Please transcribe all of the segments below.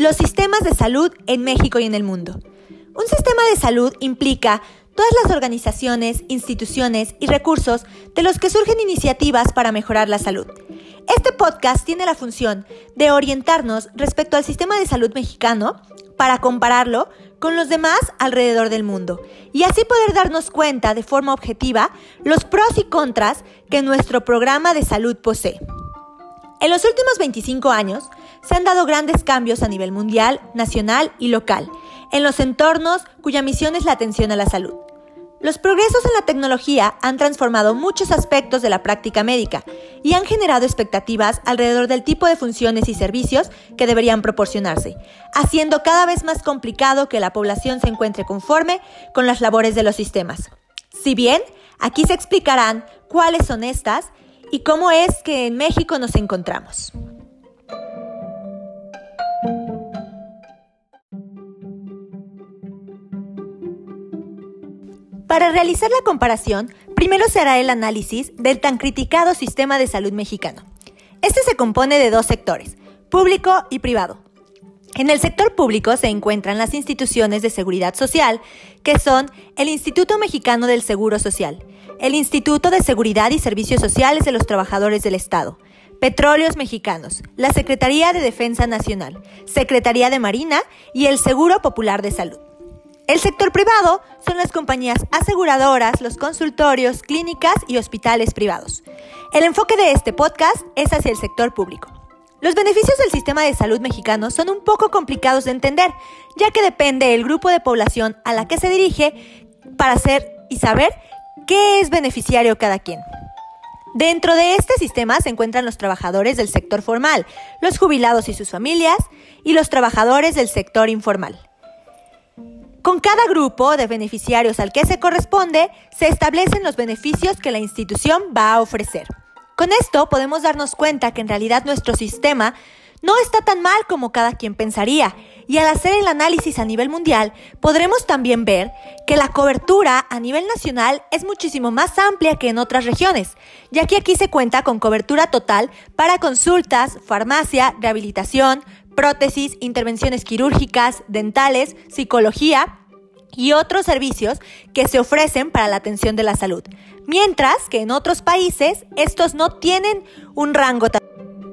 Los sistemas de salud en México y en el mundo. Un sistema de salud implica todas las organizaciones, instituciones y recursos de los que surgen iniciativas para mejorar la salud. Este podcast tiene la función de orientarnos respecto al sistema de salud mexicano para compararlo con los demás alrededor del mundo y así poder darnos cuenta de forma objetiva los pros y contras que nuestro programa de salud posee. En los últimos 25 años se han dado grandes cambios a nivel mundial, nacional y local, en los entornos cuya misión es la atención a la salud. Los progresos en la tecnología han transformado muchos aspectos de la práctica médica y han generado expectativas alrededor del tipo de funciones y servicios que deberían proporcionarse, haciendo cada vez más complicado que la población se encuentre conforme con las labores de los sistemas. Si bien, aquí se explicarán cuáles son estas y cómo es que en México nos encontramos. Para realizar la comparación, primero se hará el análisis del tan criticado sistema de salud mexicano. Este se compone de dos sectores, público y privado. En el sector público se encuentran las instituciones de seguridad social, que son el Instituto Mexicano del Seguro Social, el Instituto de Seguridad y Servicios Sociales de los Trabajadores del Estado, Petróleos Mexicanos, la Secretaría de Defensa Nacional, Secretaría de Marina y el Seguro Popular de Salud. El sector privado son las compañías aseguradoras, los consultorios, clínicas y hospitales privados. El enfoque de este podcast es hacia el sector público. Los beneficios del sistema de salud mexicano son un poco complicados de entender, ya que depende del grupo de población a la que se dirige para hacer y saber qué es beneficiario cada quien. Dentro de este sistema se encuentran los trabajadores del sector formal, los jubilados y sus familias, y los trabajadores del sector informal. Con cada grupo de beneficiarios al que se corresponde, se establecen los beneficios que la institución va a ofrecer. Con esto podemos darnos cuenta que en realidad nuestro sistema no está tan mal como cada quien pensaría, y al hacer el análisis a nivel mundial, podremos también ver que la cobertura a nivel nacional es muchísimo más amplia que en otras regiones, ya que aquí se cuenta con cobertura total para consultas, farmacia, rehabilitación, prótesis, intervenciones quirúrgicas, dentales, psicología y otros servicios que se ofrecen para la atención de la salud, mientras que en otros países estos no tienen un rango tan.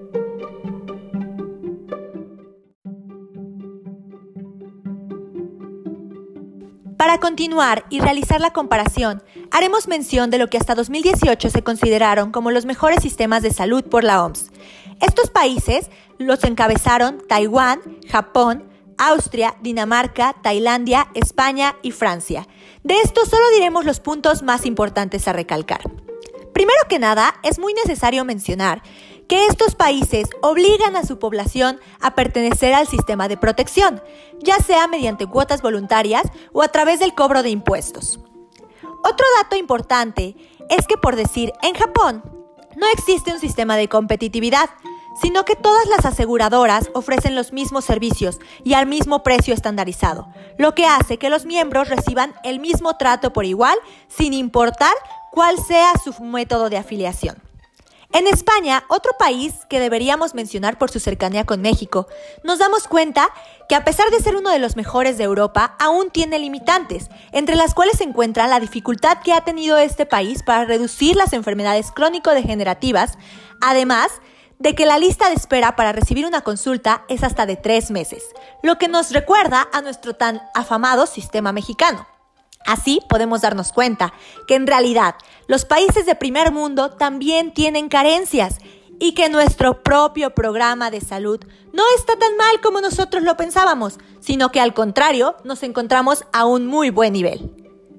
Para continuar y realizar la comparación, haremos mención de lo que hasta 2018 se consideraron como los mejores sistemas de salud por la OMS. Estos países los encabezaron Taiwán, Japón, Austria, Dinamarca, Tailandia, España y Francia. De esto solo diremos los puntos más importantes a recalcar. Primero que nada, es muy necesario mencionar que estos países obligan a su población a pertenecer al sistema de protección, ya sea mediante cuotas voluntarias o a través del cobro de impuestos. Otro dato importante es que, por decir, en Japón no existe un sistema de competitividad, sino que todas las aseguradoras ofrecen los mismos servicios y al mismo precio estandarizado, lo que hace que los miembros reciban el mismo trato por igual, sin importar cuál sea su método de afiliación. En España, otro país que deberíamos mencionar por su cercanía con México, nos damos cuenta que a pesar de ser uno de los mejores de Europa, aún tiene limitantes, entre las cuales se encuentra la dificultad que ha tenido este país para reducir las enfermedades crónico-degenerativas, además de que la lista de espera para recibir una consulta es hasta de 3 meses, lo que nos recuerda a nuestro tan afamado sistema mexicano. Así podemos darnos cuenta que en realidad los países de primer mundo también tienen carencias y que nuestro propio programa de salud no está tan mal como nosotros lo pensábamos, sino que al contrario nos encontramos a un muy buen nivel.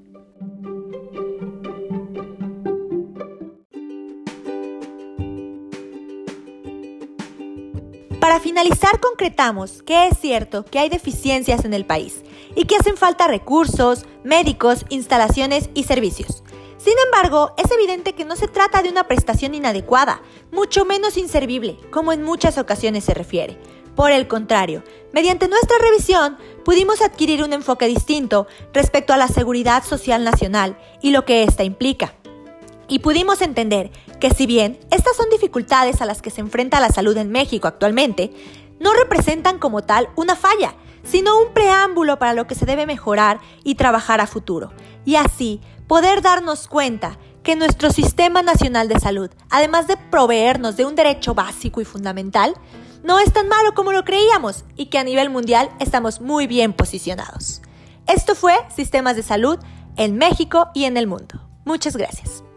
Para finalizar, concretamos que es cierto que hay deficiencias en el país y que hacen falta recursos, médicos, instalaciones y servicios. Sin embargo, es evidente que no se trata de una prestación inadecuada, mucho menos inservible, como en muchas ocasiones se refiere. Por el contrario, mediante nuestra revisión pudimos adquirir un enfoque distinto respecto a la seguridad social nacional y lo que ésta implica. Y pudimos entender que si bien estas son dificultades a las que se enfrenta la salud en México actualmente, no representan como tal una falla, sino un preámbulo para lo que se debe mejorar y trabajar a futuro. Y así poder darnos cuenta que nuestro Sistema Nacional de Salud, además de proveernos de un derecho básico y fundamental, no es tan malo como lo creíamos y que a nivel mundial estamos muy bien posicionados. Esto fue Sistemas de Salud en México y en el mundo. Muchas gracias.